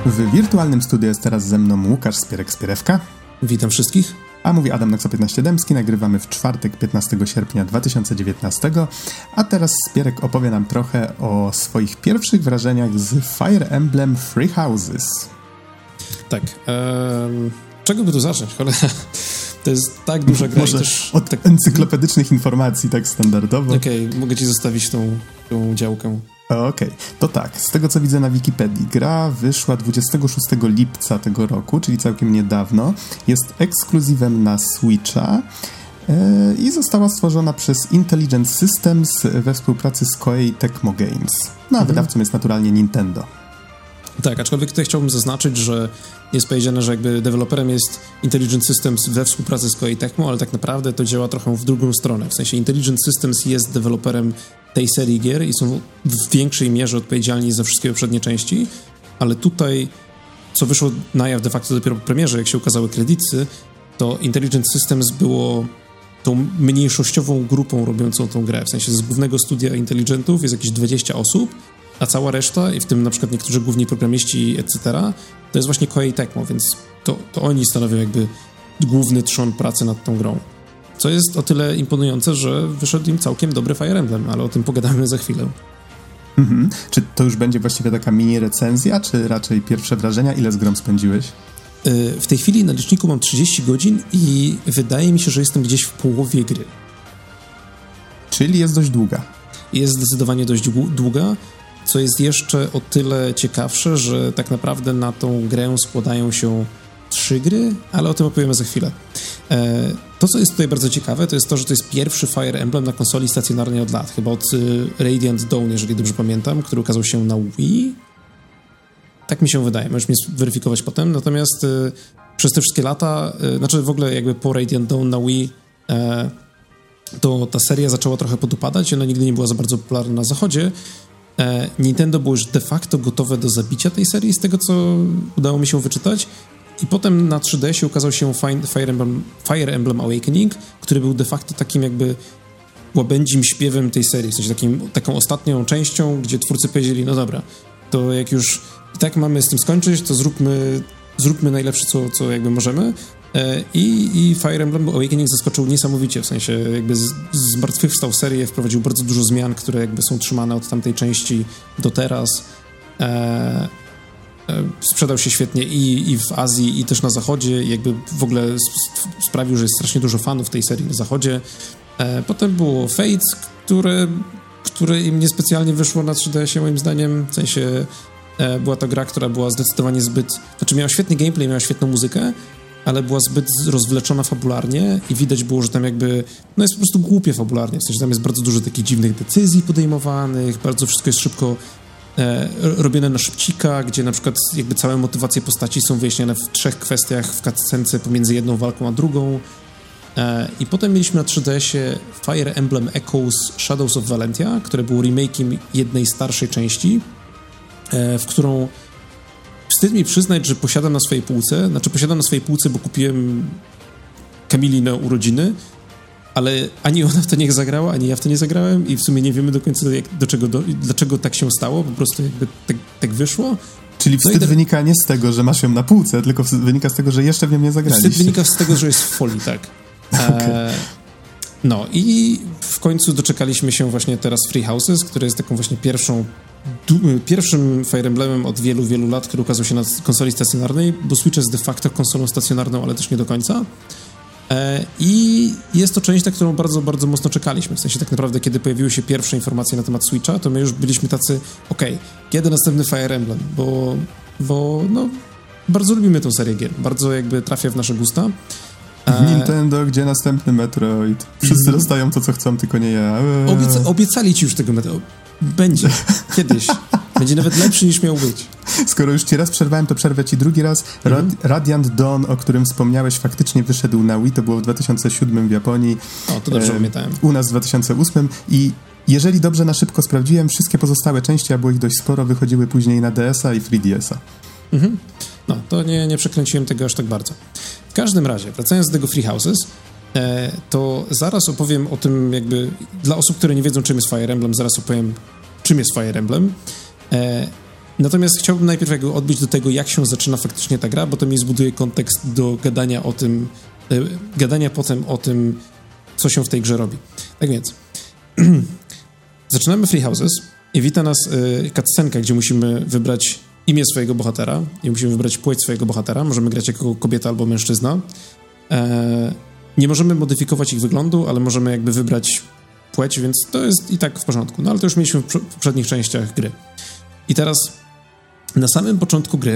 W wirtualnym studiu jest teraz ze mną Łukasz Spierek-Spierewka. Witam wszystkich. A mówi Adam Naksa15Dębski. Nagrywamy w czwartek, 15 sierpnia 2019. A teraz Spierek opowie nam trochę o swoich pierwszych wrażeniach z Fire Emblem Three Houses. Tak. Czego by tu zacząć? To jest tak duża gra. Może też, od tak, encyklopedycznych informacji, tak standardowo. Okej, mogę ci zostawić tą działkę. Okej, to tak, z tego co widzę na Wikipedii, gra wyszła 26 lipca tego roku, czyli całkiem niedawno. Jest ekskluzywem na Switcha i została stworzona przez Intelligent Systems we współpracy z Koei Tecmo Games. No a wydawcą jest naturalnie Nintendo. Tak, aczkolwiek tutaj chciałbym zaznaczyć, że jest powiedziane, że jakby deweloperem jest Intelligent Systems we współpracy z Koei Tecmo, ale tak naprawdę to działa trochę w drugą stronę. W sensie Intelligent Systems jest deweloperem tej serii gier i są w większej mierze odpowiedzialni za wszystkie poprzednie części, ale tutaj, co wyszło na jaw de facto dopiero po premierze, jak się ukazały kredyty, to Intelligent Systems było tą mniejszościową grupą robiącą tą grę. W sensie z głównego studia Intelligentów jest jakieś 20 osób, a cała reszta, i w tym na przykład niektórzy główni programiści, etc., to jest właśnie Koei Tecmo, więc to oni stanowią jakby główny trzon pracy nad tą grą. Co jest o tyle imponujące, że wyszedł im całkiem dobry Fire Emblem, ale o tym pogadamy za chwilę. Czy to już będzie właściwie taka mini recenzja, czy raczej pierwsze wrażenia? Ile z grą spędziłeś? W tej chwili na liczniku mam 30 godzin i wydaje mi się, że jestem gdzieś w połowie gry. Czyli jest dość długa. Jest zdecydowanie dość długa, co jest jeszcze o tyle ciekawsze, że tak naprawdę na tą grę składają się 3 gry, ale o tym opowiemy za chwilę. To, co jest tutaj bardzo ciekawe, to jest to, że to jest pierwszy Fire Emblem na konsoli stacjonarnej od lat. Chyba od Radiant Dawn, jeżeli dobrze pamiętam, który ukazał się na Wii. Tak mi się wydaje, możesz mnie zweryfikować potem. Natomiast przez te wszystkie lata, znaczy w ogóle jakby po Radiant Dawn na Wii, to ta seria zaczęła trochę podupadać i ona nigdy nie była za bardzo popularna na zachodzie. Nintendo było już de facto gotowe do zabicia tej serii, z tego co udało mi się wyczytać. I potem na 3DS ukazał się Fire Emblem Awakening, który był de facto takim jakby łabędzim śpiewem tej serii, w sensie taką ostatnią częścią, gdzie twórcy powiedzieli, no dobra, to jak już i tak mamy z tym skończyć, to zróbmy najlepsze, co jakby możemy. I Fire Emblem Awakening zaskoczył niesamowicie, w sensie jakby zmartwychwstał serię, wprowadził bardzo dużo zmian, które jakby są trzymane od tamtej części do teraz. Sprzedał się świetnie i w Azji, i też na zachodzie, jakby w ogóle sprawił, że jest strasznie dużo fanów tej serii na zachodzie. Potem było Fates, które im niespecjalnie wyszło na 3DS-ie moim zdaniem, w sensie była to gra, która była zdecydowanie znaczy miała świetny gameplay, miała świetną muzykę, ale była zbyt rozwleczona fabularnie i widać było, że tam jakby, no jest po prostu głupie fabularnie, w sensie tam jest bardzo dużo takich dziwnych decyzji podejmowanych, bardzo wszystko jest szybko robione na szybcika, gdzie na przykład jakby całe motywacje postaci są wyjaśnione w 3 kwestiach w cutscence pomiędzy jedną walką a drugą. I potem mieliśmy na 3DS-ie Fire Emblem Echoes Shadows of Valentia, które było remake'iem jednej starszej części, w którą wstyd mi przyznać, że posiadam na swojej półce, bo kupiłem Kamili na urodziny, ale ani ona w to nie zagrała, ani ja w to nie zagrałem i w sumie nie wiemy do końca dlaczego tak się stało, po prostu jakby tak wyszło. Czyli wstyd wynika nie z tego, że masz ją na półce, tylko wynika z tego, że jeszcze w nią nie zagraliście. Wstyd wynika z tego, że jest w folii, tak. Okay. No i w końcu doczekaliśmy się właśnie teraz Three Houses, które jest taką właśnie pierwszym Fire Emblemem od wielu, wielu lat, który ukazał się na konsoli stacjonarnej, bo Switch jest de facto konsolą stacjonarną, ale też nie do końca. I jest to część, na którą bardzo, bardzo mocno czekaliśmy. W sensie tak naprawdę, kiedy pojawiły się pierwsze informacje na temat Switcha, to my już byliśmy tacy, kiedy następny Fire Emblem? Bo no, bardzo lubimy tę serię gier. Bardzo jakby trafia w nasze gusta. Nintendo, gdzie następny Metroid? Wszyscy dostają to, co chcą, tylko nie ja. Obiecali ci już tego Metroid. Będzie. Kiedyś. Będzie nawet lepszy niż miał być. Skoro już ci raz przerwałem, to przerwę ci drugi raz. Radiant Dawn, o którym wspomniałeś, faktycznie wyszedł na Wii. To było w 2007 w Japonii. O, to dobrze pamiętałem. U nas w 2008 i jeżeli dobrze na szybko sprawdziłem, wszystkie pozostałe części, a było ich dość sporo, wychodziły później na DS-a i 3DS-a. No, to nie przekręciłem tego aż tak bardzo. W każdym razie, wracając do tego Three Houses, to zaraz opowiem o tym jakby, dla osób, które nie wiedzą, czym jest Fire Emblem, zaraz opowiem, czym jest Fire Emblem. Natomiast chciałbym najpierw jakby odbyć do tego, jak się zaczyna faktycznie ta gra, bo to mi zbuduje kontekst do gadania o tym, gadania potem o tym, co się w tej grze robi. Tak więc, zaczynamy Three Houses i wita nas cutscenka, gdzie musimy wybrać imię swojego bohatera i musimy wybrać płeć swojego bohatera. Możemy grać jako kobieta albo mężczyzna. Nie możemy modyfikować ich wyglądu, ale możemy jakby wybrać płeć, więc to jest i tak w porządku. No ale to już mieliśmy w poprzednich częściach gry. I teraz na samym początku gry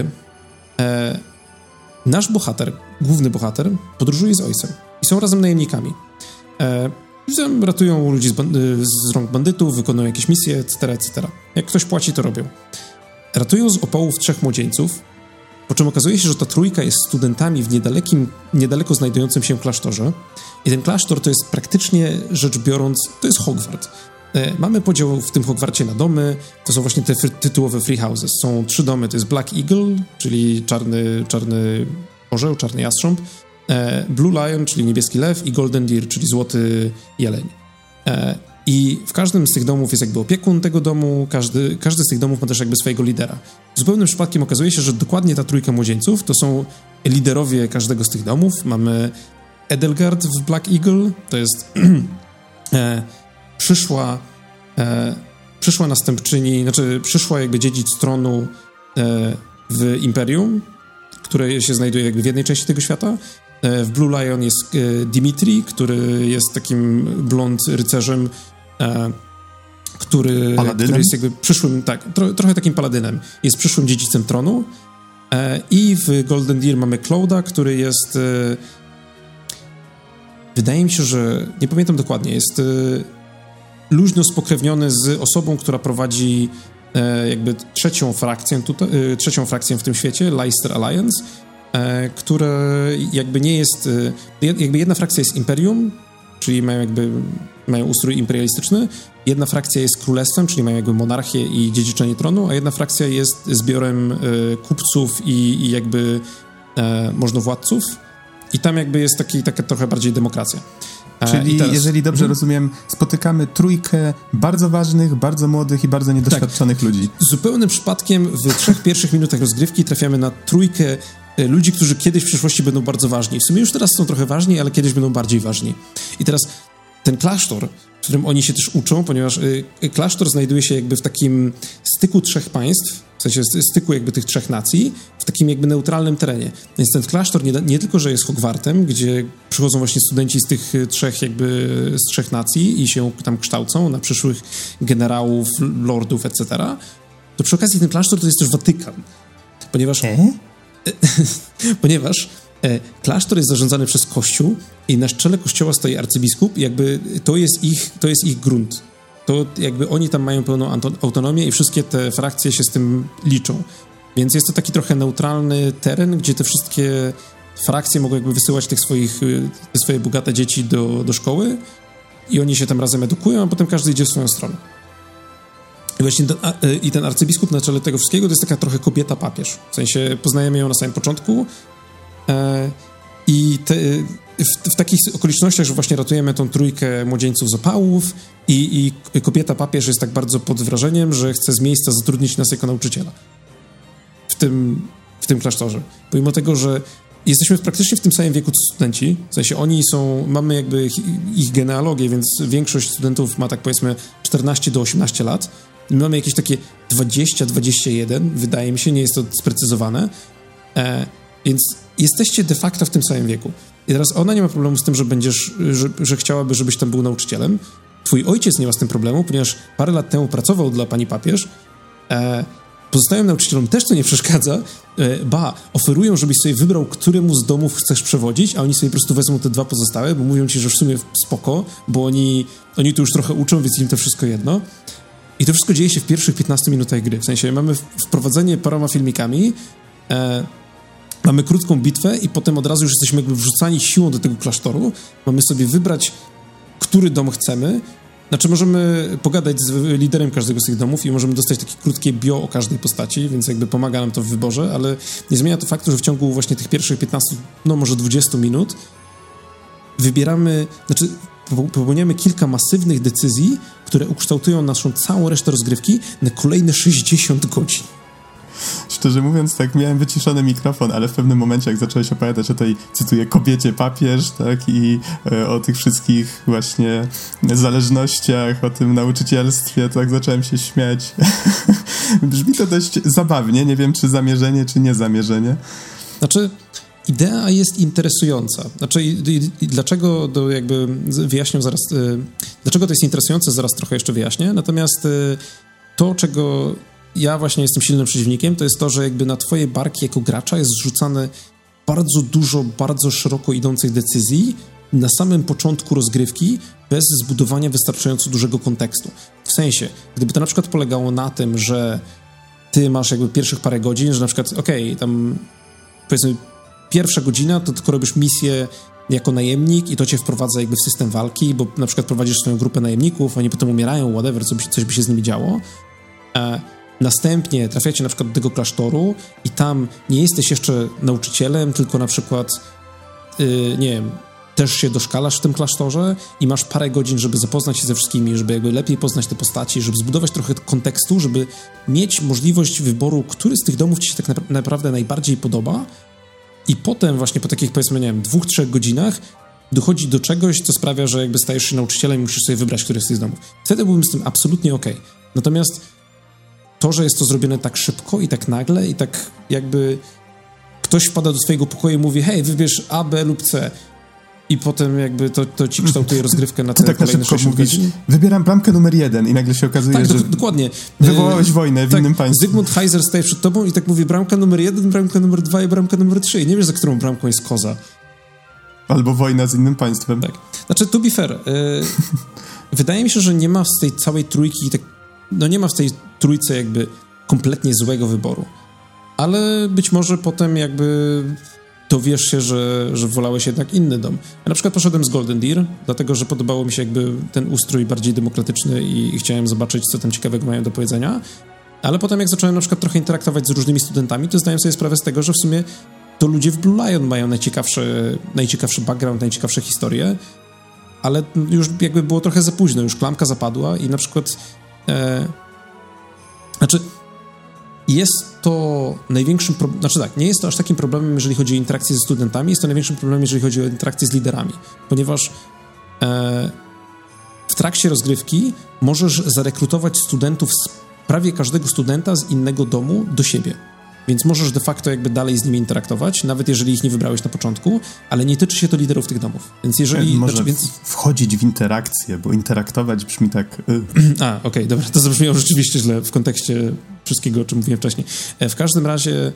nasz bohater, główny bohater, podróżuje z ojcem i są razem najemnikami. Ratują ludzi z rąk bandytów, wykonują jakieś misje, etc., etc. Jak ktoś płaci, to robią. Ratują z opałów 3 młodzieńców, po czym okazuje się, że ta trójka jest studentami w niedaleko znajdującym się klasztorze. I ten klasztor to jest praktycznie rzecz biorąc, to jest Hogwart. Mamy podział w tym Hogwarcie na domy, to są właśnie te tytułowe Free Houses. Są 3 domy, to jest Black Eagle, czyli czarny orzeł, czarny jastrząb, Blue Lion, czyli niebieski lew i Golden Deer, czyli złoty jeleń. I w każdym z tych domów jest jakby opiekun tego domu, każdy z tych domów ma też jakby swojego lidera. Zupełnym przypadkiem okazuje się, że dokładnie ta trójka młodzieńców to są liderowie każdego z tych domów. Mamy Edelgard w Black Eagle, to jest przyszła następczyni, przyszła jakby dziedzic tronu w Imperium, które się znajduje jakby w jednej części tego świata. W Blue Lion jest Dimitri, który jest takim blond rycerzem, który jest jakby przyszłym, tak, trochę takim paladynem. Jest przyszłym dziedzicem tronu. I w Golden Deer mamy Clouda, który jest wydaje mi się, że nie pamiętam dokładnie, jest luźno spokrewniony z osobą, która prowadzi jakby trzecią frakcję w tym świecie, Leicester Alliance, które jakby nie jest, jakby jedna frakcja jest imperium, czyli mają ustrój imperialistyczny, jedna frakcja jest królestwem, czyli mają jakby monarchię i dziedziczenie tronu, a jedna frakcja jest zbiorem kupców i jakby możnowładców i tam jakby jest taka trochę bardziej demokracja. Czyli jeżeli dobrze rozumiem, spotykamy trójkę bardzo ważnych, bardzo młodych i bardzo niedoświadczonych ludzi. Zupełnym przypadkiem w 3 pierwszych minutach rozgrywki trafiamy na trójkę ludzi, którzy kiedyś w przyszłości będą bardzo ważni. W sumie już teraz są trochę ważni, ale kiedyś będą bardziej ważni. I teraz ten klasztor, w którym oni się też uczą, ponieważ klasztor znajduje się jakby w takim styku 3 państw, w sensie styku jakby tych 3 nacji, w takim jakby neutralnym terenie. Więc ten klasztor nie tylko, że jest Hogwartem, gdzie przychodzą właśnie studenci z tych 3 nacji i się tam kształcą na przyszłych generałów, lordów, etc., to przy okazji ten klasztor to jest też Watykan. Ponieważ klasztor jest zarządzany przez Kościół i na czele kościoła stoi arcybiskup i jakby to jest ich grunt. To jakby oni tam mają pełną autonomię i wszystkie te frakcje się z tym liczą. Więc jest to taki trochę neutralny teren, gdzie te wszystkie frakcje mogą jakby wysyłać te swoje bogate dzieci do szkoły i oni się tam razem edukują, a potem każdy idzie w swoją stronę. I właśnie ten arcybiskup na czele tego wszystkiego to jest taka trochę kobieta papież. W sensie poznajemy ją na samym początku i w takich okolicznościach, że właśnie ratujemy tą trójkę młodzieńców z opałów i kobieta papież jest tak bardzo pod wrażeniem, że chce z miejsca zatrudnić nas jako nauczyciela w tym klasztorze. Pomimo tego, że jesteśmy praktycznie w tym samym wieku co studenci, w sensie mamy jakby ich genealogię, więc większość studentów ma tak powiedzmy 14 do 18 lat. My mamy jakieś takie 20-21, wydaje mi się, nie jest to sprecyzowane, więc jesteście de facto w tym samym wieku. I teraz ona nie ma problemu z tym, że chciałaby, żebyś tam był nauczycielem. Twój ojciec nie ma z tym problemu, ponieważ parę lat temu pracował dla pani papież. Pozostałym nauczycielom też to nie przeszkadza. Oferują, żebyś sobie wybrał, któremu z domów chcesz przewodzić, a oni sobie po prostu wezmą te 2 pozostałe, bo mówią ci, że w sumie spoko, bo oni tu już trochę uczą, więc im to wszystko jedno. I to wszystko dzieje się w pierwszych 15 minutach gry. W sensie mamy wprowadzenie paroma filmikami, mamy krótką bitwę i potem od razu już jesteśmy jakby wrzucani siłą do tego klasztoru. Mamy sobie wybrać, który dom chcemy. Znaczy możemy pogadać z liderem każdego z tych domów i możemy dostać takie krótkie bio o każdej postaci, więc jakby pomaga nam to w wyborze, ale nie zmienia to faktu, że w ciągu właśnie tych pierwszych 15, no może 20 minut popełniamy kilka masywnych decyzji, które ukształtują naszą całą resztę rozgrywki na kolejne 60 godzin. Szczerze mówiąc, tak, miałem wyciszony mikrofon, ale w pewnym momencie, jak zacząłeś opowiadać o tej, cytuję, kobiecie papież, tak, i o tych wszystkich właśnie zależnościach, o tym nauczycielstwie, tak zacząłem się śmiać. Brzmi to dość zabawnie, nie wiem, czy zamierzenie, czy niezamierzenie. Znaczy, idea jest interesująca. Znaczy, i dlaczego, to jakby wyjaśnię zaraz, dlaczego to jest interesujące, zaraz trochę jeszcze wyjaśnię. Natomiast to, czego ja właśnie jestem silnym przeciwnikiem, to jest to, że jakby na twoje barki jako gracza jest zrzucane bardzo dużo, bardzo szeroko idących decyzji na samym początku rozgrywki, bez zbudowania wystarczająco dużego kontekstu. W sensie, gdyby to na przykład polegało na tym, że ty masz jakby pierwszych parę godzin, że na przykład, tam powiedzmy pierwsza godzina, to tylko robisz misję jako najemnik i to cię wprowadza jakby w system walki, bo na przykład prowadzisz swoją grupę najemników, oni potem umierają, whatever, coś by się z nimi działo. Następnie trafiacie na przykład do tego klasztoru i tam nie jesteś jeszcze nauczycielem, tylko na przykład, nie wiem, też się doszkalasz w tym klasztorze i masz parę godzin, żeby zapoznać się ze wszystkimi, żeby jakby lepiej poznać te postaci, żeby zbudować trochę kontekstu, żeby mieć możliwość wyboru, który z tych domów ci się tak naprawdę najbardziej podoba i potem właśnie po takich, powiedzmy, nie wiem, 2-3 godzinach dochodzi do czegoś, co sprawia, że jakby stajesz się nauczycielem i musisz sobie wybrać, który z tych domów. Wtedy byłbym z tym absolutnie okej. Natomiast to, że jest to zrobione tak szybko i tak nagle i tak jakby ktoś wpada do swojego pokoju i mówi, hej, wybierz A, B lub C i potem jakby to ci kształtuje rozgrywkę na te tak kolejne 60 godzin. Wybieram bramkę numer 1 i nagle się okazuje, że dokładnie. Wywołałeś wojnę w innym państwie. Zygmunt Heiser staje przed tobą i tak mówi bramka numer 1, bramka numer 2 i bramka numer 3 i nie wiesz, za którą bramką jest koza. Albo wojna z innym państwem. Tak. Znaczy, to be fair, wydaje mi się, że nie ma z tej całej trójki, nie ma w tej trójce jakby kompletnie złego wyboru. Ale być może potem jakby dowiesz się, że wolałeś jednak inny dom. Ja na przykład poszedłem z Golden Deer, dlatego, że podobało mi się jakby ten ustrój bardziej demokratyczny i chciałem zobaczyć, co tam ciekawego mają do powiedzenia. Ale potem jak zacząłem na przykład trochę interaktować z różnymi studentami, to zdałem sobie sprawę z tego, że w sumie to ludzie w Blue Lion mają najciekawszy background, najciekawsze historie, ale już jakby było trochę za późno, już klamka zapadła i na przykład jest to największym problemem, nie jest to aż takim problemem, jeżeli chodzi o interakcję ze studentami, jest to największym problemem, jeżeli chodzi o interakcję z liderami, ponieważ w trakcie rozgrywki możesz zarekrutować studentów, prawie każdego studenta z innego domu do siebie. Więc możesz de facto jakby dalej z nimi interaktować, nawet jeżeli ich nie wybrałeś na początku, ale nie tyczy się to liderów tych domów. Więc jeżeli... wchodzić w interakcję, bo interaktować brzmi tak... Okej, dobra, to zabrzmiało rzeczywiście źle w kontekście wszystkiego, o czym mówiłem wcześniej. W każdym razie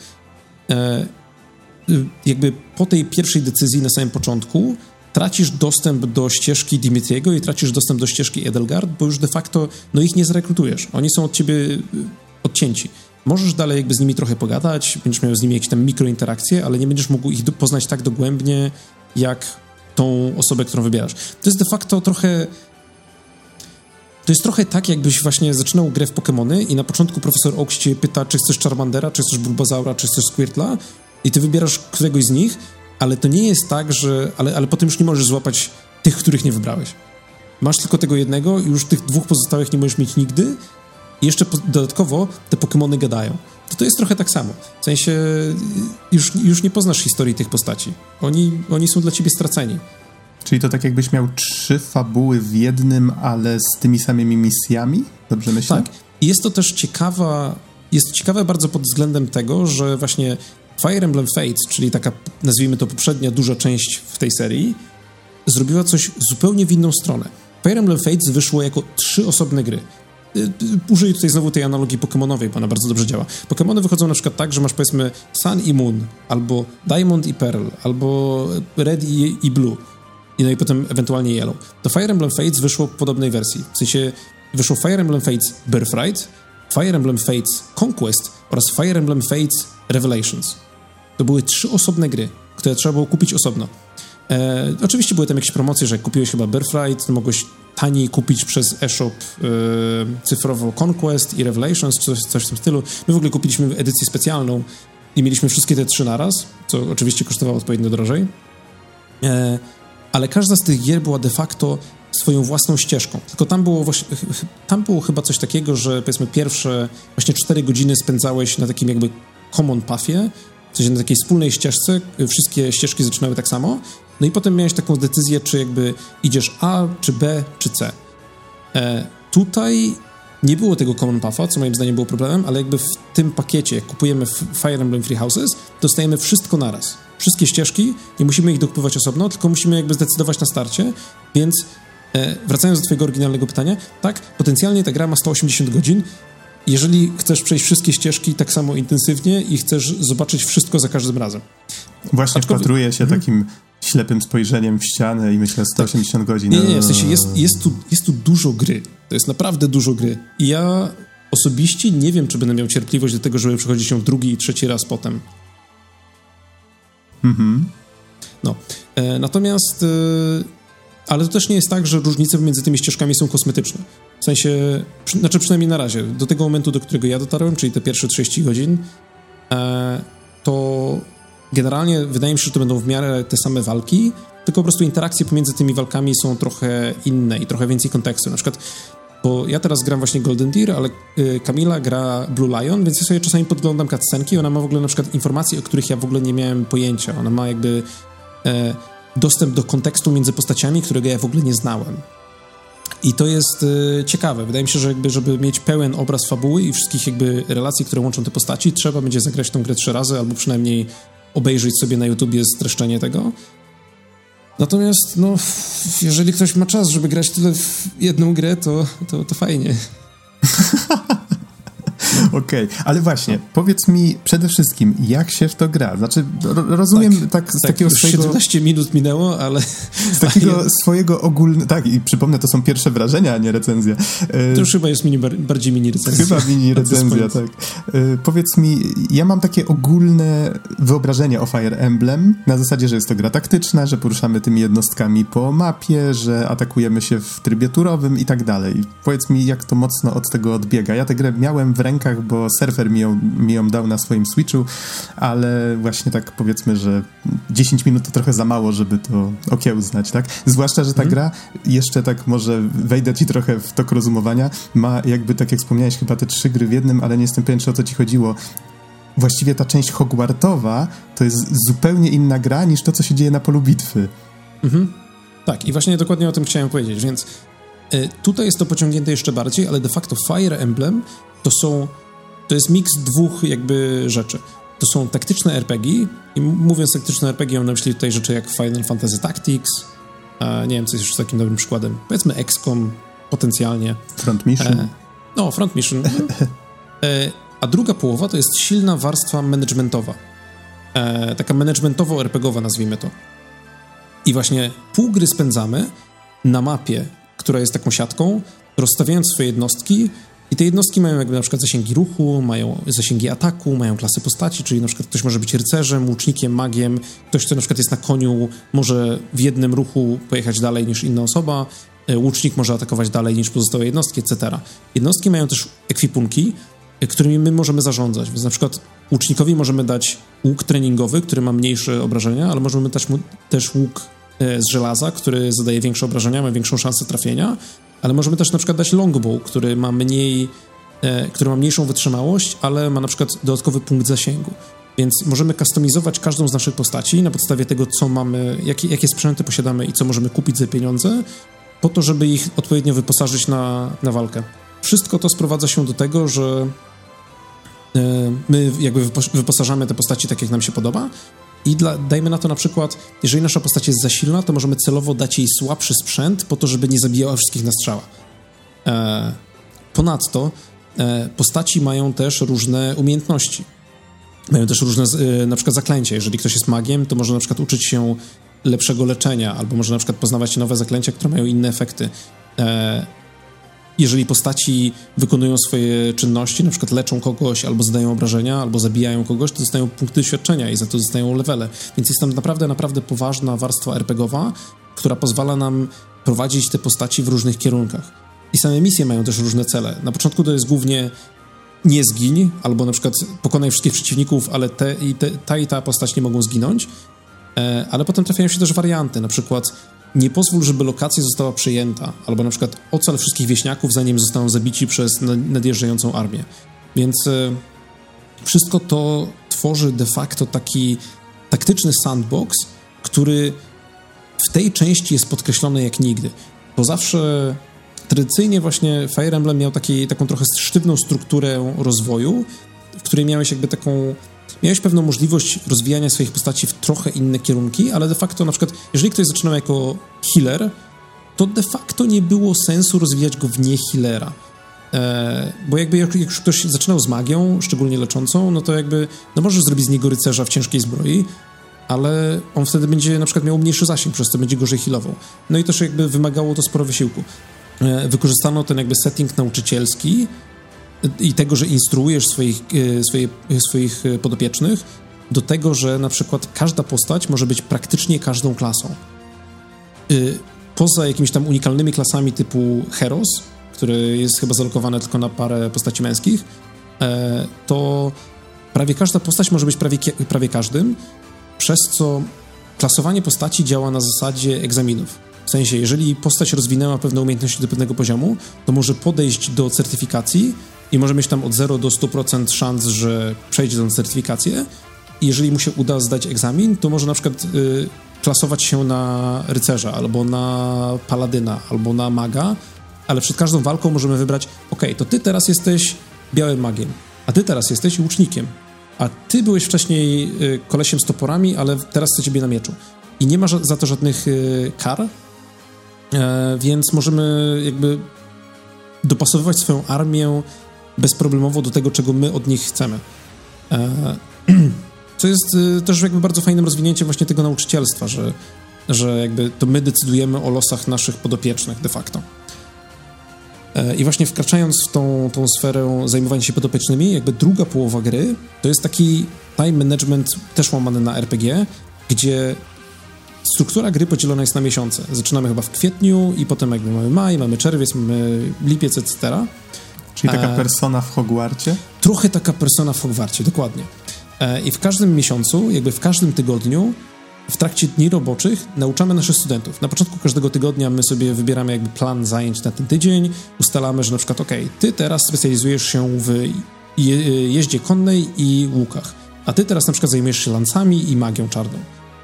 jakby po tej pierwszej decyzji na samym początku tracisz dostęp do ścieżki Dimitriego i tracisz dostęp do ścieżki Edelgard, bo już de facto ich nie zarekrutujesz. Oni są od ciebie odcięci. Możesz dalej jakby z nimi trochę pogadać, będziesz miał z nimi jakieś tam mikrointerakcje, ale nie będziesz mógł ich poznać tak dogłębnie, jak tą osobę, którą wybierasz. To jest de facto trochę... To jest trochę tak, jakbyś właśnie zaczynał grę w Pokemony i na początku profesor Oak cię pyta, czy chcesz Charmandera, czy chcesz Bulbasaura, czy chcesz Squirtla i ty wybierasz któregoś z nich, ale to nie jest tak, że... Ale potem już nie możesz złapać tych, których nie wybrałeś. Masz tylko tego jednego i już tych dwóch pozostałych nie możesz mieć nigdy. I jeszcze dodatkowo te Pokemony gadają. To jest trochę tak samo. W sensie już nie poznasz historii tych postaci. Oni są dla ciebie straceni. Czyli to tak jakbyś miał 3 fabuły w jednym, ale z tymi samymi misjami? Dobrze myślę? Tak. I jest to też ciekawe bardzo pod względem tego, że właśnie Fire Emblem Fates, czyli taka, nazwijmy to, poprzednia duża część w tej serii, zrobiła coś zupełnie w inną stronę. Fire Emblem Fates wyszło jako 3 osobne gry. Użyję tutaj znowu tej analogii pokemonowej, bo ona bardzo dobrze działa. Pokemony wychodzą na przykład tak, że masz powiedzmy Sun i Moon, albo Diamond i Pearl, albo Red i Blue, no i potem ewentualnie Yellow. To Fire Emblem Fates wyszło w podobnej wersji. W sensie wyszło Fire Emblem Fates Birthright, Fire Emblem Fates Conquest oraz Fire Emblem Fates Revelations. To były 3 osobne gry, które trzeba było kupić osobno. Oczywiście były tam jakieś promocje, że jak kupiłeś chyba Birthright, to mogłeś taniej kupić przez eShop cyfrowo Conquest i Revelations, coś w tym stylu. My w ogóle kupiliśmy edycję specjalną i mieliśmy wszystkie te 3 naraz, co oczywiście kosztowało odpowiednio drożej. Ale każda z tych gier była de facto swoją własną ścieżką. Tylko tam było chyba coś takiego, że powiedzmy pierwsze właśnie 4 godziny spędzałeś na takim jakby common pathie, w sensie na takiej wspólnej ścieżce, wszystkie ścieżki zaczynały tak samo, no i potem miałeś taką decyzję, czy jakby idziesz A, czy B, czy C. Tutaj nie było tego common patha, co moim zdaniem było problemem, ale jakby w tym pakiecie, jak kupujemy Fire Emblem Three Houses, dostajemy wszystko naraz. Wszystkie ścieżki, nie musimy ich dokupywać osobno, tylko musimy jakby zdecydować na starcie, więc wracając do twojego oryginalnego pytania, tak, potencjalnie ta gra ma 180 godzin. Jeżeli chcesz przejść wszystkie ścieżki tak samo intensywnie i chcesz zobaczyć wszystko za każdym razem. Właśnie wpatruję się takim ślepym spojrzeniem w ścianę i myślę 180 godzin. Nie, w sensie jest tu dużo gry. To jest naprawdę dużo gry. I ja osobiście nie wiem, czy będę miał cierpliwość do tego, żeby przechodzić się drugi i trzeci raz potem. No. Natomiast ale to też nie jest tak, że różnice między tymi ścieżkami są kosmetyczne. W sensie, znaczy przynajmniej na razie, do tego momentu, do którego ja dotarłem, czyli te pierwsze 30 godzin, to generalnie wydaje mi się, że to będą w miarę te same walki, tylko po prostu interakcje pomiędzy tymi walkami są trochę inne i trochę więcej kontekstu. Na przykład, bo ja teraz gram właśnie Golden Deer, ale Kamila gra Blue Lion, więc ja sobie czasami podglądam cutscenki, ona ma w ogóle na przykład informacje, o których ja w ogóle nie miałem pojęcia. Ona ma jakby dostęp do kontekstu między postaciami, którego ja w ogóle nie znałem. I to jest ciekawe. Wydaje mi się, że jakby, żeby mieć pełen obraz fabuły i wszystkich jakby relacji, które łączą te postaci, trzeba będzie zagrać tą grę 3 razy, albo przynajmniej obejrzeć sobie na YouTubie streszczenie tego. Natomiast, no, jeżeli ktoś ma czas, żeby grać tyle w jedną grę, to fajnie. Okej, ale właśnie, powiedz mi przede wszystkim, jak się w to gra? Znaczy, rozumiem z takiego już swojego... 17 minut minęło, ale... Z takiego swojego ogólnego... Tak, i przypomnę, to są pierwsze wrażenia, a nie recenzja. To już chyba jest bardziej mini recenzja. Chyba mini recenzja, tak. Powiedz mi, ja mam takie ogólne wyobrażenie o Fire Emblem, na zasadzie, że jest to gra taktyczna, że poruszamy tymi jednostkami po mapie, że atakujemy się w trybie turowym i tak dalej. Powiedz mi, jak to mocno od tego odbiega. Ja tę grę miałem w rękach, bo surfer mi ją dał na swoim Switchu, ale właśnie tak powiedzmy, że 10 minut to trochę za mało, żeby to okiełznać, tak? Zwłaszcza, że ta gra, jeszcze tak może wejdę ci trochę w tok rozumowania, ma jakby, tak jak wspomniałeś, chyba te 3 gry w jednym, ale nie jestem pewien, czy o co ci chodziło. Właściwie ta część Hogwartowa to jest zupełnie inna gra niż to, co się dzieje na polu bitwy. Tak, i właśnie dokładnie o tym chciałem powiedzieć, więc tutaj jest to pociągnięte jeszcze bardziej, ale de facto Fire Emblem to jest miks 2 jakby rzeczy. To są taktyczne RPG i mówiąc taktyczne RPG mam na myśli tutaj rzeczy jak Final Fantasy Tactics, nie wiem, co jest jeszcze takim dobrym przykładem. Powiedzmy XCOM potencjalnie. Front Mission. Front Mission. A druga połowa to jest silna warstwa managementowa. Taka managementowo-RPGowa nazwijmy to. I właśnie pół gry spędzamy na mapie, która jest taką siatką, rozstawiając swoje jednostki i te jednostki mają jakby na przykład zasięgi ruchu, mają zasięgi ataku, mają klasy postaci, czyli na przykład ktoś może być rycerzem, łucznikiem, magiem, ktoś, kto na przykład jest na koniu, może w jednym ruchu pojechać dalej niż inna osoba, łucznik może atakować dalej niż pozostałe jednostki, etc. Jednostki mają też ekwipunki, którymi my możemy zarządzać, więc na przykład łucznikowi możemy dać łuk treningowy, który ma mniejsze obrażenia, ale możemy dać mu też łuk z żelaza, który zadaje większe obrażenia, ma większą szansę trafienia, ale możemy też na przykład dać longbow, który ma mniejszą wytrzymałość, ale ma na przykład dodatkowy punkt zasięgu. Więc możemy kustomizować każdą z naszych postaci na podstawie tego, co mamy, jakie sprzęty posiadamy i co możemy kupić za pieniądze, po to, żeby ich odpowiednio wyposażyć na walkę. Wszystko to sprowadza się do tego, że my jakby wyposażamy te postaci tak, jak nam się podoba i dajmy na to na przykład, jeżeli nasza postać jest za silna, to możemy celowo dać jej słabszy sprzęt po to, żeby nie zabijała wszystkich na strzała. Ponadto postaci mają też różne umiejętności. Mają też różne na przykład zaklęcia. Jeżeli ktoś jest magiem, to może na przykład uczyć się lepszego leczenia, albo może na przykład poznawać nowe zaklęcia, które mają inne efekty. Jeżeli postaci wykonują swoje czynności, na przykład leczą kogoś, albo zadają obrażenia, albo zabijają kogoś, to dostają punkty doświadczenia i za to dostają levele. Więc jest tam naprawdę poważna warstwa RPGowa, która pozwala nam prowadzić te postaci w różnych kierunkach. I same misje mają też różne cele. Na początku to jest głównie nie zgiń, albo na przykład pokonaj wszystkich przeciwników, ale ta i ta postać nie mogą zginąć, ale potem trafiają się też warianty, na przykład nie pozwól, żeby lokacja została przejęta, albo na przykład ocal wszystkich wieśniaków, zanim zostaną zabici przez nadjeżdżającą armię. Więc wszystko to tworzy de facto taki taktyczny sandbox, który w tej części jest podkreślony jak nigdy. Bo zawsze tradycyjnie właśnie Fire Emblem miał taką trochę sztywną strukturę rozwoju, w której miałeś pewną możliwość rozwijania swoich postaci w trochę inne kierunki, ale de facto na przykład, jeżeli ktoś zaczynał jako healer, to de facto nie było sensu rozwijać go w nie healera. Bo jakby jak już ktoś zaczynał z magią, szczególnie leczącą, no to jakby, no możesz zrobić z niego rycerza w ciężkiej zbroi, ale on wtedy będzie na przykład miał mniejszy zasięg, przez to będzie gorzej healował. No i też jakby wymagało to sporo wysiłku. Wykorzystano ten jakby setting nauczycielski i tego, że instruujesz swoich podopiecznych do tego, że na przykład każda postać może być praktycznie każdą klasą. Poza jakimiś tam unikalnymi klasami typu Heros, który jest chyba zalokowany tylko na parę postaci męskich, to prawie każda postać może być prawie każdym, przez co klasowanie postaci działa na zasadzie egzaminów. W sensie, jeżeli postać rozwinęła pewne umiejętności do pewnego poziomu, to może podejść do certyfikacji i może mieć tam od 0 do 100% szans, że przejdzie tę certyfikację. I jeżeli mu się uda zdać egzamin, to może na przykład klasować się na rycerza, albo na paladyna, albo na maga, ale przed każdą walką możemy wybrać, to ty teraz jesteś białym magiem, a ty teraz jesteś łucznikiem, a ty byłeś wcześniej kolesiem z toporami, ale teraz chcę ciebie na mieczu. I nie ma za to żadnych kar, więc możemy jakby dopasowywać swoją armię bezproblemowo do tego, czego my od nich chcemy. Co jest też jakby bardzo fajnym rozwinięciem właśnie tego nauczycielstwa, że jakby to my decydujemy o losach naszych podopiecznych de facto. I właśnie wkraczając w tą sferę zajmowania się podopiecznymi, jakby druga połowa gry to jest taki time management też łamany na RPG, gdzie struktura gry podzielona jest na miesiące. Zaczynamy chyba w kwietniu i potem jakby mamy maj, mamy czerwiec, mamy lipiec, etc. Czyli taka persona w Hogwarcie? Trochę taka persona w Hogwarcie, dokładnie. I w każdym miesiącu, jakby w każdym tygodniu, w trakcie dni roboczych nauczamy naszych studentów. Na początku każdego tygodnia my sobie wybieramy jakby plan zajęć na ten tydzień, ustalamy, że na przykład ty teraz specjalizujesz się w jeździe konnej i łukach, a ty teraz na przykład zajmujesz się lancami i magią czarną.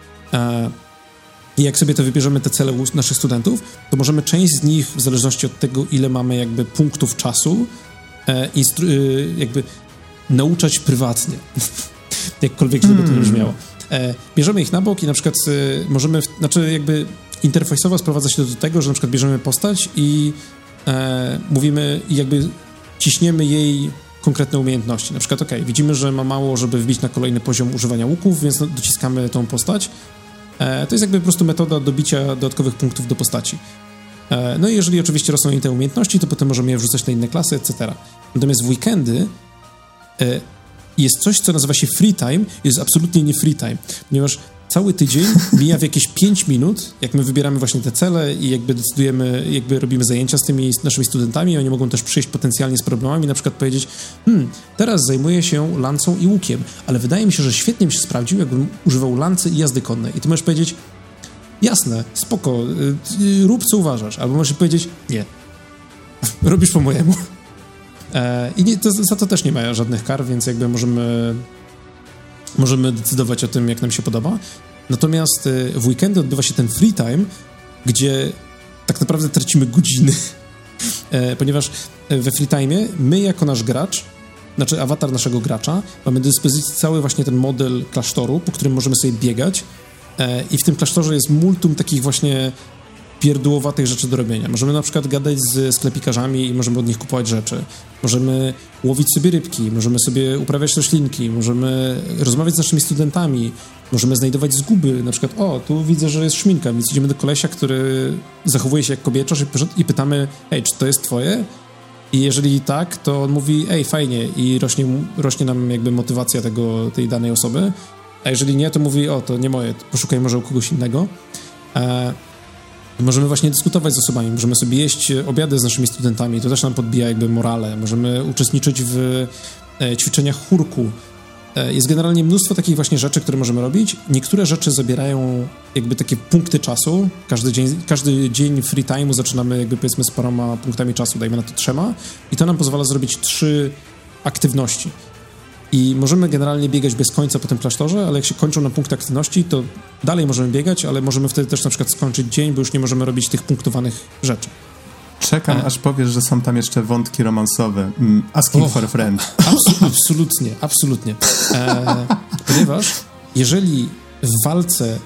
I jak sobie to wybierzemy, te cele naszych studentów, to możemy część z nich, w zależności od tego, ile mamy jakby punktów czasu, jakby nauczać prywatnie. Jakkolwiek źle by to brzmiało. Bierzemy ich na bok i na przykład możemy, jakby interfejsowo sprowadza się do tego, że na przykład bierzemy postać i mówimy i jakby ciśniemy jej konkretne umiejętności. Na przykład, widzimy, że ma mało, żeby wbić na kolejny poziom używania łuków, więc dociskamy tą postać. To jest jakby po prostu metoda dobicia dodatkowych punktów do postaci. No i jeżeli oczywiście rosną im te umiejętności, to potem możemy je wrzucać na inne klasy, etc. Natomiast w weekendy jest coś, co nazywa się free time, jest absolutnie nie free time, ponieważ cały tydzień mija w jakieś 5 minut, jak my wybieramy właśnie te cele i jakby decydujemy, jakby robimy zajęcia z tymi naszymi studentami, oni mogą też przyjść potencjalnie z problemami, na przykład powiedzieć, teraz zajmuję się lancą i łukiem, ale wydaje mi się, że świetnie mi się sprawdził, jakbym używał lancy i jazdy konnej. I ty możesz powiedzieć, jasne, spoko, rób co uważasz, albo możesz powiedzieć, nie, robisz po mojemu. I za to też nie ma żadnych kar, więc jakby możemy decydować o tym, jak nam się podoba. Natomiast w weekendy odbywa się ten free time, gdzie tak naprawdę tracimy godziny. Ponieważ we free time'ie my jako nasz gracz, znaczy awatar naszego gracza, mamy do dyspozycji cały właśnie ten model klasztoru, po którym możemy sobie biegać i w tym klasztorze jest multum takich właśnie pierdółowatych rzeczy do robienia. Możemy na przykład gadać z sklepikarzami i możemy od nich kupować rzeczy. Możemy łowić sobie rybki, możemy sobie uprawiać roślinki, możemy rozmawiać z naszymi studentami, możemy znajdować zguby. Na przykład, tu widzę, że jest szminka, więc idziemy do kolesia, który zachowuje się jak kobieciarz i pytamy, czy to jest twoje? I jeżeli tak, to on mówi, fajnie i rośnie nam jakby motywacja tej danej osoby. A jeżeli nie, to mówi, to nie moje, poszukaj może u kogoś innego. Możemy właśnie dyskutować z osobami, możemy sobie jeść obiady z naszymi studentami, to też nam podbija jakby morale, możemy uczestniczyć w ćwiczeniach chórku. Jest generalnie mnóstwo takich właśnie rzeczy, które możemy robić. Niektóre rzeczy zabierają jakby takie punkty czasu. Każdy dzień free time'u zaczynamy jakby powiedzmy z paroma punktami czasu, dajmy na to 3 i to nam pozwala zrobić 3 aktywności. I możemy generalnie biegać bez końca po tym klasztorze, ale jak się kończą nam punkty aktywności, to dalej możemy biegać, ale możemy wtedy też na przykład skończyć dzień, bo już nie możemy robić tych punktowanych rzeczy. Czekam, aż powiesz, że są tam jeszcze wątki romansowe. Asking for a friend. Absolutnie. Ponieważ jeżeli w walce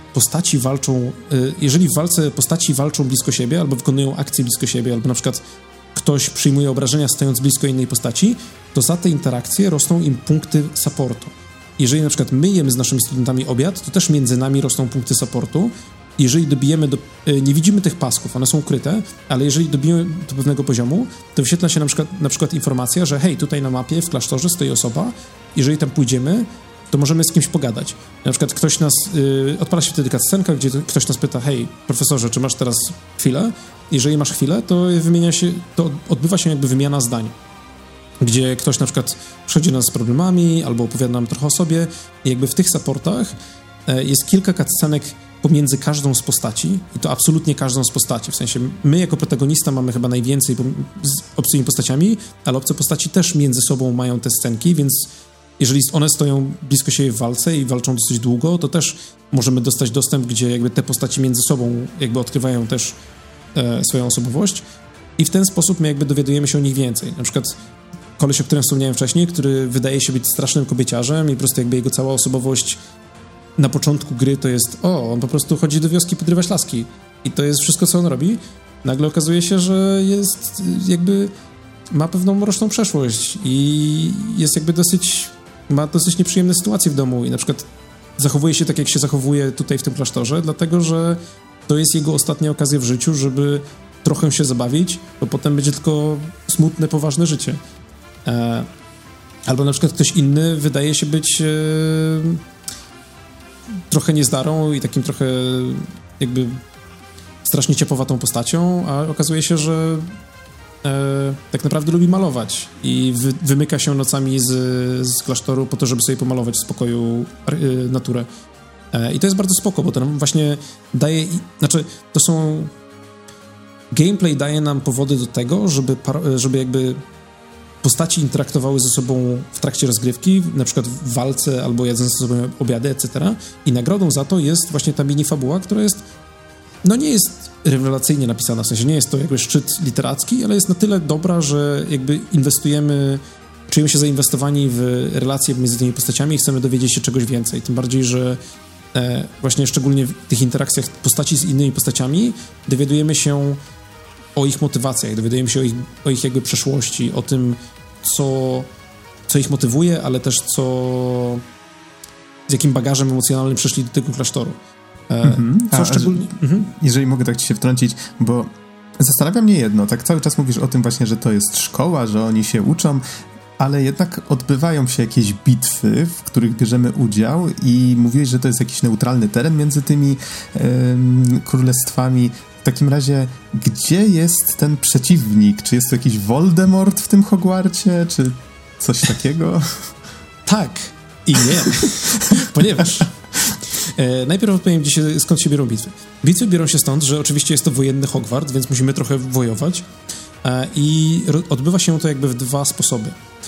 postaci walczą blisko siebie, albo wykonują akcje blisko siebie, albo na przykład ktoś przyjmuje obrażenia stojąc blisko innej postaci, to za te interakcje rosną im punkty supportu. Jeżeli na przykład my jemy z naszymi studentami obiad, to też między nami rosną punkty supportu. Jeżeli dobijemy nie widzimy tych pasków, one są ukryte, ale jeżeli dobijemy do pewnego poziomu, to wyświetla się na przykład informacja, że hej, tutaj na mapie w klasztorze stoi osoba, jeżeli tam pójdziemy, to możemy z kimś pogadać. Na przykład ktoś nas, odpala się wtedy cutscenka, gdzie ktoś nas pyta, hej, profesorze, czy masz teraz chwilę? Jeżeli masz chwilę, to odbywa się jakby wymiana zdań, gdzie ktoś na przykład przychodzi do nas z problemami, albo opowiada nam trochę o sobie. I jakby w tych supportach jest kilka cutscenek pomiędzy każdą z postaci, i to absolutnie każdą z postaci, w sensie my jako protagonista mamy chyba najwięcej z obcymi postaciami, ale obce postaci też między sobą mają te scenki, więc jeżeli one stoją blisko siebie w walce i walczą dosyć długo, to też możemy dostać dostęp, gdzie jakby te postaci między sobą jakby odkrywają też swoją osobowość i w ten sposób my jakby dowiadujemy się o nich więcej. Na przykład koleś, o którym wspomniałem wcześniej, który wydaje się być strasznym kobieciarzem i po prostu jakby jego cała osobowość na początku gry to jest on po prostu chodzi do wioski podrywać laski i to jest wszystko, co on robi. Nagle okazuje się, że jest jakby ma pewną mroczną przeszłość i jest jakby ma dosyć nieprzyjemne sytuacje w domu i na przykład zachowuje się tak, jak się zachowuje tutaj w tym klasztorze, dlatego, że to jest jego ostatnia okazja w życiu, żeby trochę się zabawić, bo potem będzie tylko smutne, poważne życie. Albo na przykład ktoś inny wydaje się być trochę niezdarą i takim trochę jakby strasznie ciepłowatą postacią, a okazuje się, że tak naprawdę lubi malować i wymyka się nocami z klasztoru po to, żeby sobie pomalować w spokoju naturę. I to jest bardzo spoko, bo to nam właśnie daje... Gameplay daje nam powody do tego, żeby jakby postaci interaktowały ze sobą w trakcie rozgrywki, na przykład w walce albo jadząc ze sobą obiady, etc. I nagrodą za to jest właśnie ta mini-fabuła, która jest... nie jest rewelacyjnie napisana, w sensie nie jest to jakby szczyt literacki, ale jest na tyle dobra, że jakby czujemy się zainwestowani w relacje między tymi postaciami i chcemy dowiedzieć się czegoś więcej. Tym bardziej, że właśnie szczególnie w tych interakcjach postaci z innymi postaciami dowiadujemy się o ich motywacjach, dowiadujemy się o ich jakby przeszłości, o tym, co ich motywuje, ale też z jakim bagażem emocjonalnym przyszli do tego klasztoru. Jeżeli mogę tak ci się wtrącić, bo zastanawia mnie jedno, tak cały czas mówisz o tym właśnie, że to jest szkoła, że oni się uczą, ale jednak odbywają się jakieś bitwy, w których bierzemy udział i mówiłeś, że to jest jakiś neutralny teren między tymi królestwami. W takim razie, gdzie jest ten przeciwnik? Czy jest to jakiś Voldemort w tym Hogwarcie? Czy coś takiego? Tak i nie. Ponieważ najpierw odpowiem, skąd się biorą bitwy. Bitwy biorą się stąd, że oczywiście jest to wojenny Hogwart, więc musimy trochę wojować i odbywa się to jakby w dwa sposoby.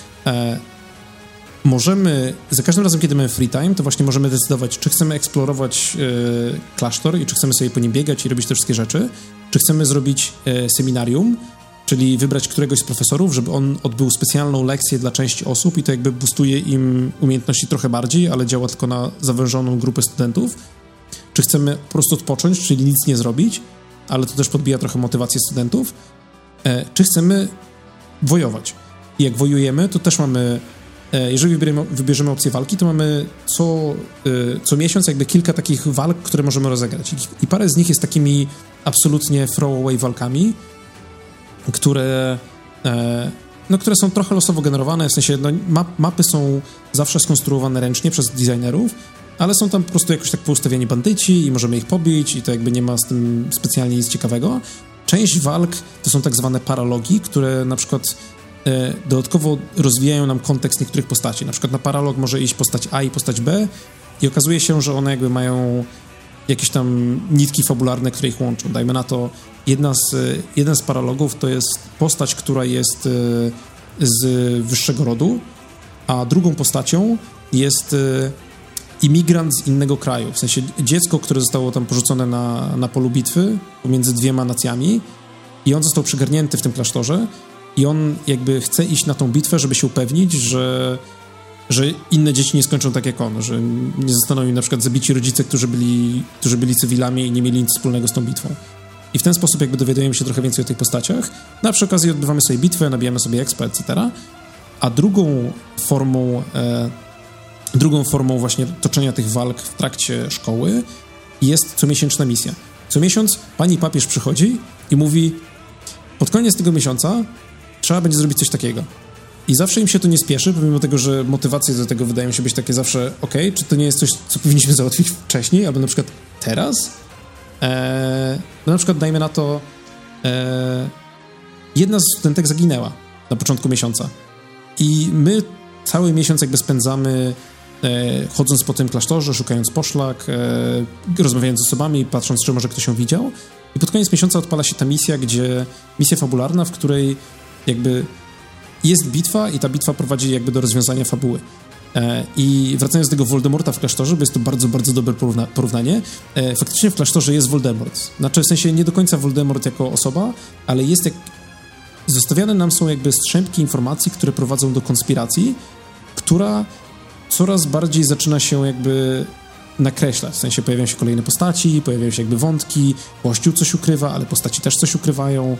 Za każdym razem, kiedy mamy free time, to właśnie możemy decydować, czy chcemy eksplorować klasztor i czy chcemy sobie po nim biegać i robić te wszystkie rzeczy, czy chcemy zrobić seminarium, czyli wybrać któregoś z profesorów, żeby on odbył specjalną lekcję dla części osób i to jakby boostuje im umiejętności trochę bardziej, ale działa tylko na zawężoną grupę studentów. Czy chcemy po prostu odpocząć, czyli nic nie zrobić, ale to też podbija trochę motywację studentów. Czy chcemy wojować. I jak wojujemy, to też mamy... Jeżeli wybierzemy opcję walki, to mamy co miesiąc jakby kilka takich walk, które możemy rozegrać. I parę z nich jest takimi absolutnie throwaway walkami, które są trochę losowo generowane, w sensie mapy są zawsze skonstruowane ręcznie przez designerów, ale są tam po prostu jakoś tak poustawiani bandyci i możemy ich pobić i to jakby nie ma z tym specjalnie nic ciekawego. Część walk to są tak zwane paralogi, które na przykład dodatkowo rozwijają nam kontekst niektórych postaci. Na przykład na paralog może iść postać A i postać B i okazuje się, że one jakby mają jakieś tam nitki fabularne, które ich łączą. Dajmy na to, jeden z paralogów to jest postać, która jest z wyższego rodu a drugą postacią jest imigrant z innego kraju, w sensie dziecko, które zostało tam porzucone na polu bitwy pomiędzy dwiema nacjami i on został przygarnięty w tym klasztorze i on jakby chce iść na tą bitwę, żeby się upewnić, że inne dzieci nie skończą tak jak on, że nie zostaną im na przykład zabici rodzice, którzy byli cywilami i nie mieli nic wspólnego z tą bitwą. I w ten sposób jakby dowiadujemy się trochę więcej o tych postaciach. No a przy okazji odbywamy sobie bitwę, nabijamy sobie expa, etc. A drugą formą właśnie toczenia tych walk w trakcie szkoły jest comiesięczna misja. Co miesiąc pani papież przychodzi i mówi: pod koniec tego miesiąca trzeba będzie zrobić coś takiego. I zawsze im się to nie spieszy, pomimo tego, że motywacje do tego wydają się być takie zawsze czy to nie jest coś, co powinniśmy załatwić wcześniej, albo na przykład teraz? No na przykład dajmy na to jedna z studentek zaginęła na początku miesiąca i my cały miesiąc jakby spędzamy chodząc po tym klasztorze, szukając poszlak, rozmawiając z osobami, patrząc, czy może ktoś ją widział, i pod koniec miesiąca odpala się ta misja fabularna, w której jakby jest bitwa i ta bitwa prowadzi jakby do rozwiązania fabuły. I wracając do tego Voldemorta w klasztorze, bo jest to bardzo, bardzo dobre porównanie, faktycznie w klasztorze jest Voldemort. Znaczy w sensie nie do końca Voldemort jako osoba, ale zostawiane nam są jakby strzępki informacji, które prowadzą do konspiracji, która coraz bardziej zaczyna się jakby nakreślać. W sensie pojawiają się kolejne postaci, pojawiają się jakby wątki, Kościół coś ukrywa, ale postaci też coś ukrywają.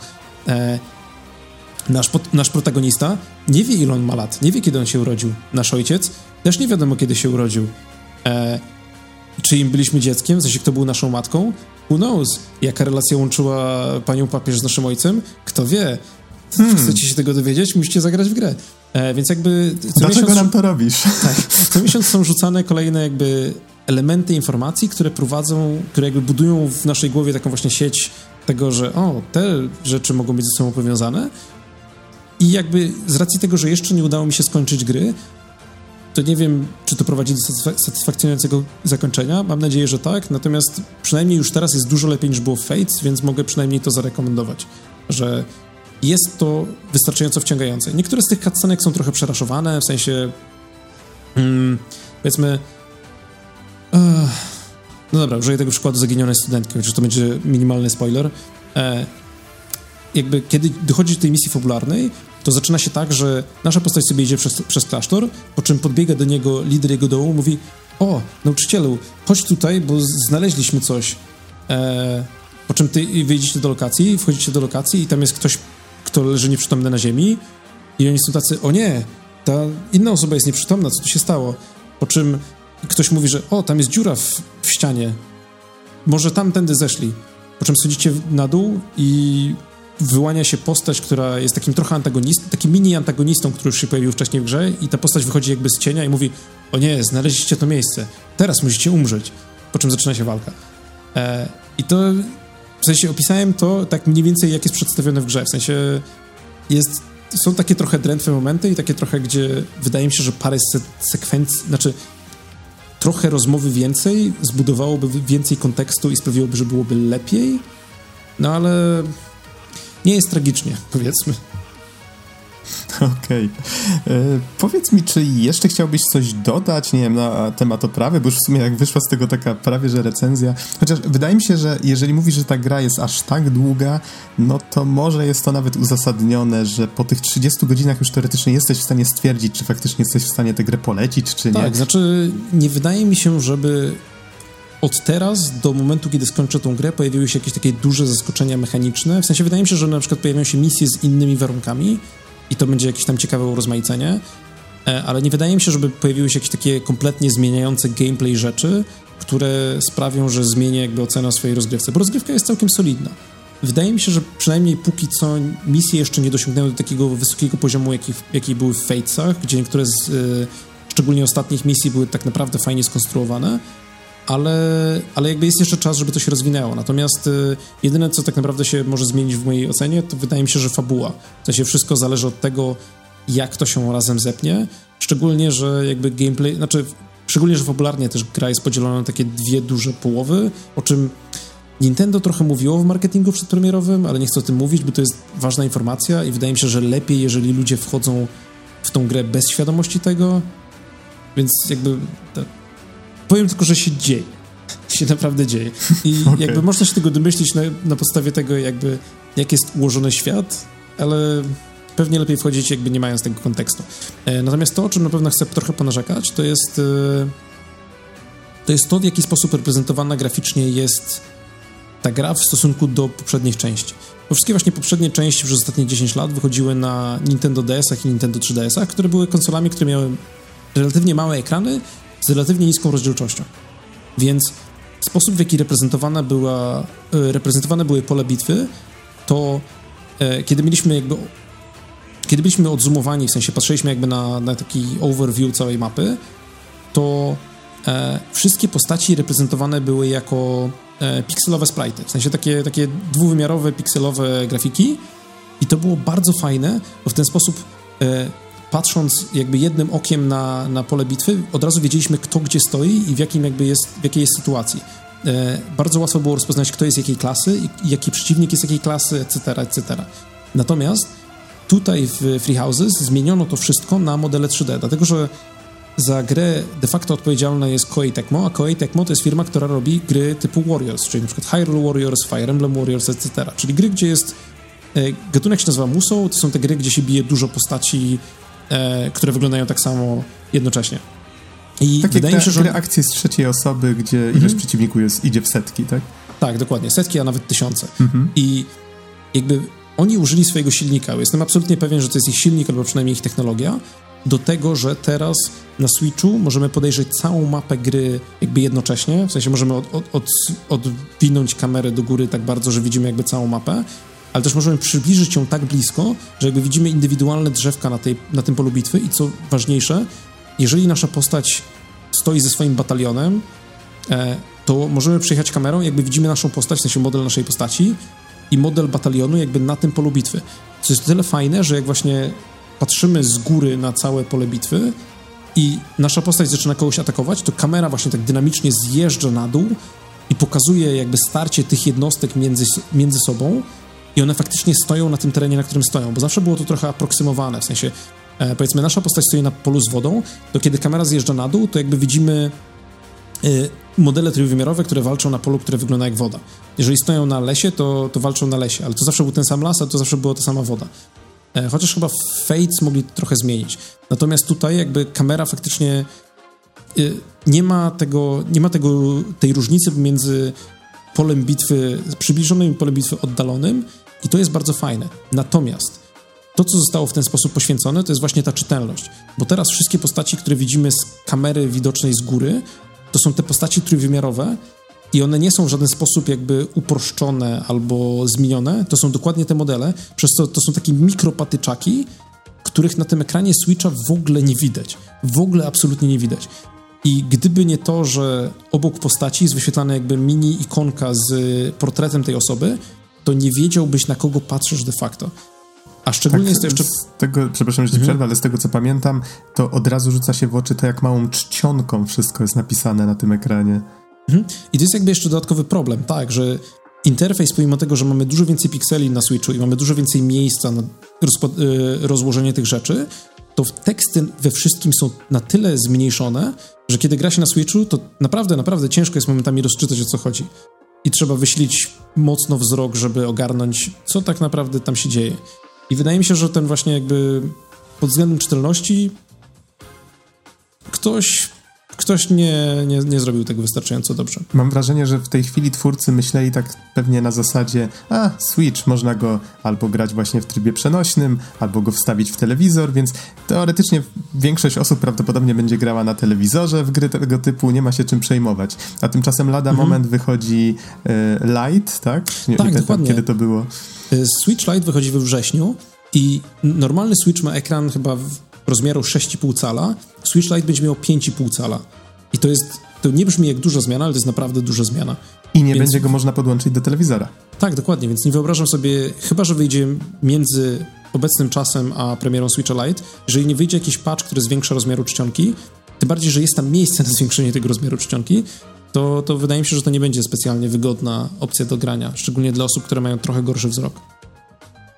Nasz protagonista nie wie, ile on ma lat, nie wie, kiedy on się urodził. Nasz ojciec też nie wiadomo, kiedy się urodził. Czy im byliśmy dzieckiem, w sensie kto był naszą matką? Who knows? Jaka relacja łączyła panią papież z naszym ojcem? Kto wie? Chcecie się tego dowiedzieć? Musicie zagrać w grę. Więc jakby... Dlaczego nam to robisz? Tak. Co miesiąc są rzucane kolejne jakby elementy informacji, które jakby budują w naszej głowie taką właśnie sieć tego, że te rzeczy mogą być ze sobą powiązane. I jakby z racji tego, że jeszcze nie udało mi się skończyć gry, to nie wiem, czy to prowadzi do satysfakcjonującego zakończenia. Mam nadzieję, że tak. Natomiast przynajmniej już teraz jest dużo lepiej niż było w Fates, więc mogę przynajmniej to zarekomendować, że jest to wystarczająco wciągające. Niektóre z tych cutscenek są trochę przeraszowane, w sensie powiedzmy no dobra, użyję tego przykładu zaginionej studentki, chociaż to będzie minimalny spoiler. Jakby kiedy dochodzi do tej misji fabularnej, to zaczyna się tak, że nasza postać sobie idzie przez klasztor, po czym podbiega do niego lider jego dołu, mówi: o, nauczycielu, chodź tutaj, bo znaleźliśmy coś. Po czym wyjdziecie do lokacji, wchodzicie do lokacji i tam jest ktoś, kto leży nieprzytomny na ziemi i oni są tacy: o nie, ta inna osoba jest nieprzytomna, co tu się stało? Po czym ktoś mówi, że tam jest dziura w ścianie, może tamtędy zeszli. Po czym schodzicie na dół i wyłania się postać, która jest takim trochę takim mini-antagonistą, który już się pojawił wcześniej w grze, i ta postać wychodzi jakby z cienia i mówi: o nie, znaleźliście to miejsce, teraz musicie umrzeć. Po czym zaczyna się walka. I to, w sensie opisałem to tak mniej więcej, jak jest przedstawione w grze, w sensie są takie trochę drętwe momenty i takie trochę, gdzie wydaje mi się, że parę sekwencji, znaczy trochę rozmowy więcej zbudowałoby więcej kontekstu i sprawiłoby, że byłoby lepiej, no ale nie jest tragicznie, powiedzmy. Okej. Powiedz mi, czy jeszcze chciałbyś coś dodać, nie wiem, na temat oprawy, bo już w sumie jak wyszła z tego taka prawie że recenzja, chociaż wydaje mi się, że jeżeli mówisz, że ta gra jest aż tak długa, no to może jest to nawet uzasadnione, że po tych 30 godzinach już teoretycznie jesteś w stanie stwierdzić, czy faktycznie jesteś w stanie tę grę polecić, czy nie. Tak, znaczy nie wydaje mi się, żeby od teraz do momentu, kiedy skończę tą grę, pojawiły się jakieś takie duże zaskoczenia mechaniczne. W sensie wydaje mi się, że na przykład pojawią się misje z innymi warunkami i to będzie jakieś tam ciekawe urozmaicenie, ale nie wydaje mi się, żeby pojawiły się jakieś takie kompletnie zmieniające gameplay rzeczy, które sprawią, że zmienię jakby ocenę o swojej rozgrywce, bo rozgrywka jest całkiem solidna. Wydaje mi się, że przynajmniej póki co misje jeszcze nie dosiągnęły do takiego wysokiego poziomu, jaki były w Fatesach, gdzie niektóre z szczególnie ostatnich misji były tak naprawdę fajnie skonstruowane, ale jakby jest jeszcze czas, żeby to się rozwinęło. Natomiast jedyne, co tak naprawdę się może zmienić w mojej ocenie, to wydaje mi się, że fabuła. W sensie wszystko zależy od tego, jak to się razem zepnie. Szczególnie, że jakby gameplay, szczególnie, że fabularnie też gra jest podzielona na takie dwie duże połowy, o czym Nintendo trochę mówiło w marketingu przedpremierowym, ale nie chcę o tym mówić, bo to jest ważna informacja i wydaje mi się, że lepiej, jeżeli ludzie wchodzą w tą grę bez świadomości tego, więc jakby powiem tylko, że się dzieje. Się naprawdę dzieje. I jakby można się tego domyślić na podstawie tego, jakby jak jest ułożony świat, ale pewnie lepiej wchodzić jakby nie mając tego kontekstu. Natomiast to, o czym na pewno chcę trochę ponarzekać, to jest to, w jaki sposób reprezentowana graficznie jest ta gra w stosunku do poprzednich części. Bo wszystkie właśnie poprzednie części przez ostatnie 10 lat wychodziły na Nintendo DS-ach i Nintendo 3DS-ach, które były konsolami, które miały relatywnie małe ekrany z relatywnie niską rozdzielczością. Więc sposób, w jaki reprezentowane były pole bitwy, to kiedy byliśmy odzoomowani, w sensie patrzyliśmy jakby na taki overview całej mapy, to wszystkie postaci reprezentowane były jako pikselowe sprite'y, w sensie takie dwuwymiarowe, pikselowe grafiki i to było bardzo fajne, bo w ten sposób patrząc jakby jednym okiem na pole bitwy, od razu wiedzieliśmy, kto gdzie stoi i w jakiej jest sytuacji. Bardzo łatwo było rozpoznać, kto jest jakiej klasy i jaki przeciwnik jest jakiej klasy, etc., etc. Natomiast tutaj w Three Houses zmieniono to wszystko na modele 3D, dlatego że za grę de facto odpowiedzialna jest Koei Tecmo, a Koei Tecmo to jest firma, która robi gry typu Warriors, czyli na przykład Hyrule Warriors, Fire Emblem Warriors, etc. Czyli gry, gdzie jest gatunek się nazywa Musou, to są te gry, gdzie się bije dużo postaci, które wyglądają tak samo jednocześnie. I takie wydaje mi się, że akcje z trzeciej osoby, gdzie ilość przeciwników idzie w setki, tak? Tak, dokładnie. Setki, a nawet tysiące. I jakby oni użyli swojego silnika. Jestem absolutnie pewien, że to jest ich silnik, albo przynajmniej ich technologia, do tego, że teraz na Switchu możemy podejrzeć całą mapę gry jakby jednocześnie, w sensie możemy odwinąć kamerę do góry tak bardzo, że widzimy jakby całą mapę, ale też możemy przybliżyć ją tak blisko, że jakby widzimy indywidualne drzewka na tym polu bitwy i co ważniejsze, jeżeli nasza postać stoi ze swoim batalionem, to możemy przejechać kamerą, jakby widzimy naszą postać, w sensie model naszej postaci i model batalionu jakby na tym polu bitwy. Co jest o tyle fajne, że jak właśnie patrzymy z góry na całe pole bitwy i nasza postać zaczyna kogoś atakować, to kamera właśnie tak dynamicznie zjeżdża na dół i pokazuje jakby starcie tych jednostek między sobą i one faktycznie stoją na tym terenie, na którym stoją, bo zawsze było to trochę aproksymowane, w sensie powiedzmy nasza postać stoi na polu z wodą, to kiedy kamera zjeżdża na dół, to jakby widzimy modele trójwymiarowe, które walczą na polu, które wygląda jak woda. Jeżeli stoją na lesie, to walczą na lesie, ale to zawsze był ten sam las, a to zawsze była ta sama woda. Chociaż chyba Fates mogli trochę zmienić. Natomiast tutaj jakby kamera faktycznie nie ma tej różnicy między polem bitwy przybliżonym i polem bitwy oddalonym i to jest bardzo fajne. Natomiast to, co zostało w ten sposób poświęcone, to jest właśnie ta czytelność. Bo teraz wszystkie postaci, które widzimy z kamery widocznej z góry, to są te postaci trójwymiarowe i one nie są w żaden sposób jakby uproszczone albo zmienione. To są dokładnie te modele, przez co to są takie mikropatyczaki, których na tym ekranie Switcha w ogóle nie widać. W ogóle absolutnie nie widać. I gdyby nie to, że obok postaci jest wyświetlana jakby mini ikonka z portretem tej osoby, to nie wiedziałbyś, na kogo patrzysz de facto. A szczególnie jest to jeszcze... Przepraszam, że ci przerwę, ale z tego, co pamiętam, to od razu rzuca się w oczy to, jak małą czcionką wszystko jest napisane na tym ekranie. I to jest jakby jeszcze dodatkowy problem, tak, że interfejs, pomimo tego, że mamy dużo więcej pikseli na Switchu i mamy dużo więcej miejsca na rozłożenie tych rzeczy, to teksty we wszystkim są na tyle zmniejszone, że kiedy gra się na Switchu, to naprawdę ciężko jest momentami rozczytać, o co chodzi. I trzeba wyślić mocno wzrok, żeby ogarnąć, co tak naprawdę tam się dzieje. I wydaje mi się, że ten właśnie jakby pod względem czytelności ktoś nie zrobił tego wystarczająco dobrze. Mam wrażenie, że w tej chwili twórcy myśleli tak pewnie na zasadzie Switch, można go albo grać właśnie w trybie przenośnym, albo go wstawić w telewizor, więc teoretycznie większość osób prawdopodobnie będzie grała na telewizorze w gry tego typu, nie ma się czym przejmować. A tymczasem lada moment wychodzi Lite, tak? Tak, dokładnie. Kiedy to było? Switch Lite wychodzi we wrześniu i normalny Switch ma ekran chyba rozmiaru 6,5 cala, Switch Lite będzie miał 5,5 cala. I to nie brzmi jak duża zmiana, ale to jest naprawdę duża zmiana. I nie będzie go można podłączyć do telewizora. Tak, dokładnie, więc nie wyobrażam sobie, chyba że wyjdzie między obecnym czasem a premierą Switcha Lite, jeżeli nie wyjdzie jakiś patch, który zwiększa rozmiaru czcionki, tym bardziej, że jest tam miejsce na zwiększenie tego rozmiaru czcionki, to wydaje mi się, że to nie będzie specjalnie wygodna opcja do grania, szczególnie dla osób, które mają trochę gorszy wzrok.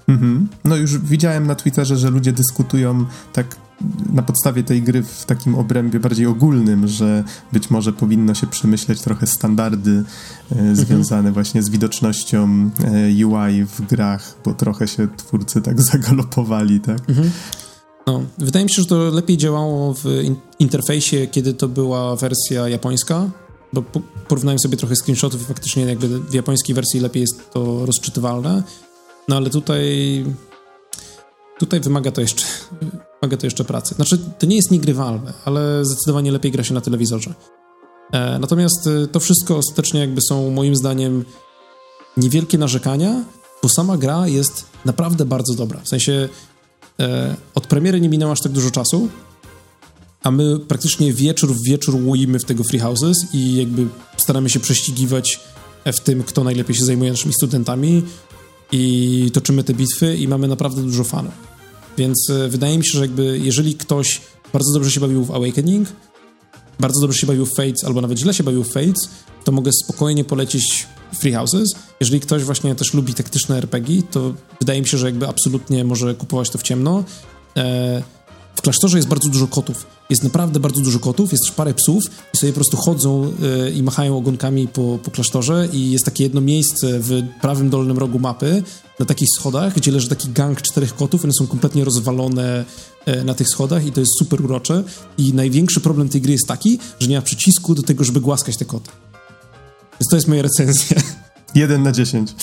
No już widziałem na Twitterze, że ludzie dyskutują tak na podstawie tej gry w takim obrębie bardziej ogólnym, że być może powinno się przemyśleć trochę standardy związane właśnie z widocznością UI w grach, bo trochę się twórcy tak zagalopowali, tak? No, wydaje mi się, że to lepiej działało w interfejsie, kiedy to była wersja japońska, bo porównałem sobie trochę screenshotów i faktycznie jakby w japońskiej wersji lepiej jest to rozczytywalne, no ale tutaj wymaga to jeszcze pracy. Znaczy, to nie jest niegrywalne, ale zdecydowanie lepiej gra się na telewizorze. Natomiast to wszystko ostatecznie jakby są moim zdaniem niewielkie narzekania, bo sama gra jest naprawdę bardzo dobra. W sensie od premiery nie minęło aż tak dużo czasu, a my praktycznie wieczór w wieczór łoimy w tego Free Houses i jakby staramy się prześcigiwać w tym, kto najlepiej się zajmuje naszymi studentami i toczymy te bitwy i mamy naprawdę dużo fanów. Więc wydaje mi się, że jakby jeżeli ktoś bardzo dobrze się bawił w Awakening, bardzo dobrze się bawił w Fates, albo nawet źle się bawił w Fates, to mogę spokojnie polecić Free Houses. Jeżeli ktoś właśnie też lubi taktyczne RPG, to wydaje mi się, że jakby absolutnie może kupować to w ciemno. W klasztorze jest bardzo dużo kotów. Jest naprawdę bardzo dużo kotów, jest też parę psów i sobie po prostu chodzą i machają ogonkami po klasztorze i jest takie jedno miejsce w prawym dolnym rogu mapy na takich schodach, gdzie leży taki gang 4 kotów, one są kompletnie rozwalone na tych schodach i to jest super urocze i największy problem tej gry jest taki, że nie ma przycisku do tego, żeby głaskać te koty. Więc to jest moja recenzja. 1 na 10.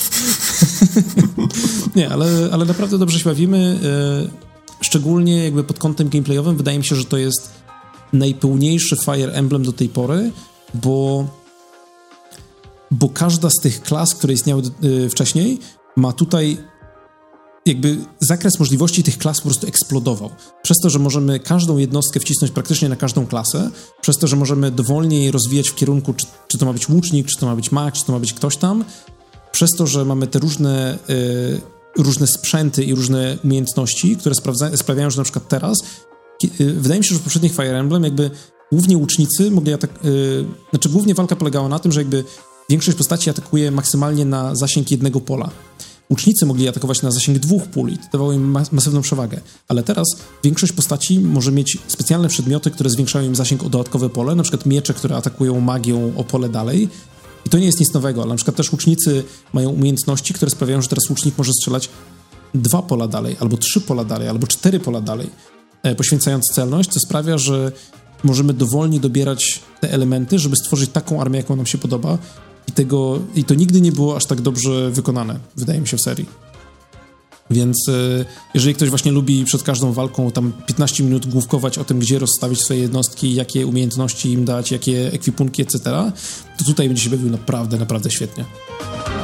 Nie, ale naprawdę dobrze się bawimy. Szczególnie jakby pod kątem gameplayowym wydaje mi się, że to jest najpełniejszy Fire Emblem do tej pory, bo każda z tych klas, które istniały wcześniej, ma tutaj jakby zakres możliwości tych klas po prostu eksplodował. Przez to, że możemy każdą jednostkę wcisnąć praktycznie na każdą klasę, przez to, że możemy dowolnie rozwijać w kierunku, czy to ma być łucznik, czy to ma być mag, czy to ma być ktoś tam, przez to, że mamy te różne sprzęty i różne umiejętności, które sprawiają, że na przykład teraz wydaje mi się, że w poprzednich Fire Emblem jakby głównie łucznicy mogli głównie walka polegała na tym, że jakby większość postaci atakuje maksymalnie na zasięg jednego pola. Łucznicy mogli atakować na zasięg 2 pól i to dawało im masywną przewagę. Ale teraz większość postaci może mieć specjalne przedmioty, które zwiększają im zasięg o dodatkowe pole, na przykład miecze, które atakują magią o pole dalej. I to nie jest nic nowego, ale na przykład też łucznicy mają umiejętności, które sprawiają, że teraz łucznik może strzelać 2 pola dalej, albo 3 pola dalej, albo 4 pola dalej, poświęcając celność, co sprawia, że możemy dowolnie dobierać te elementy, żeby stworzyć taką armię, jaką nam się podoba. I to nigdy nie było aż tak dobrze wykonane, wydaje mi się, w serii. Więc jeżeli ktoś właśnie lubi przed każdą walką tam 15 minut główkować o tym, gdzie rozstawić swoje jednostki, jakie umiejętności im dać, jakie ekwipunki, etc., to tutaj będzie się bawił naprawdę, naprawdę świetnie.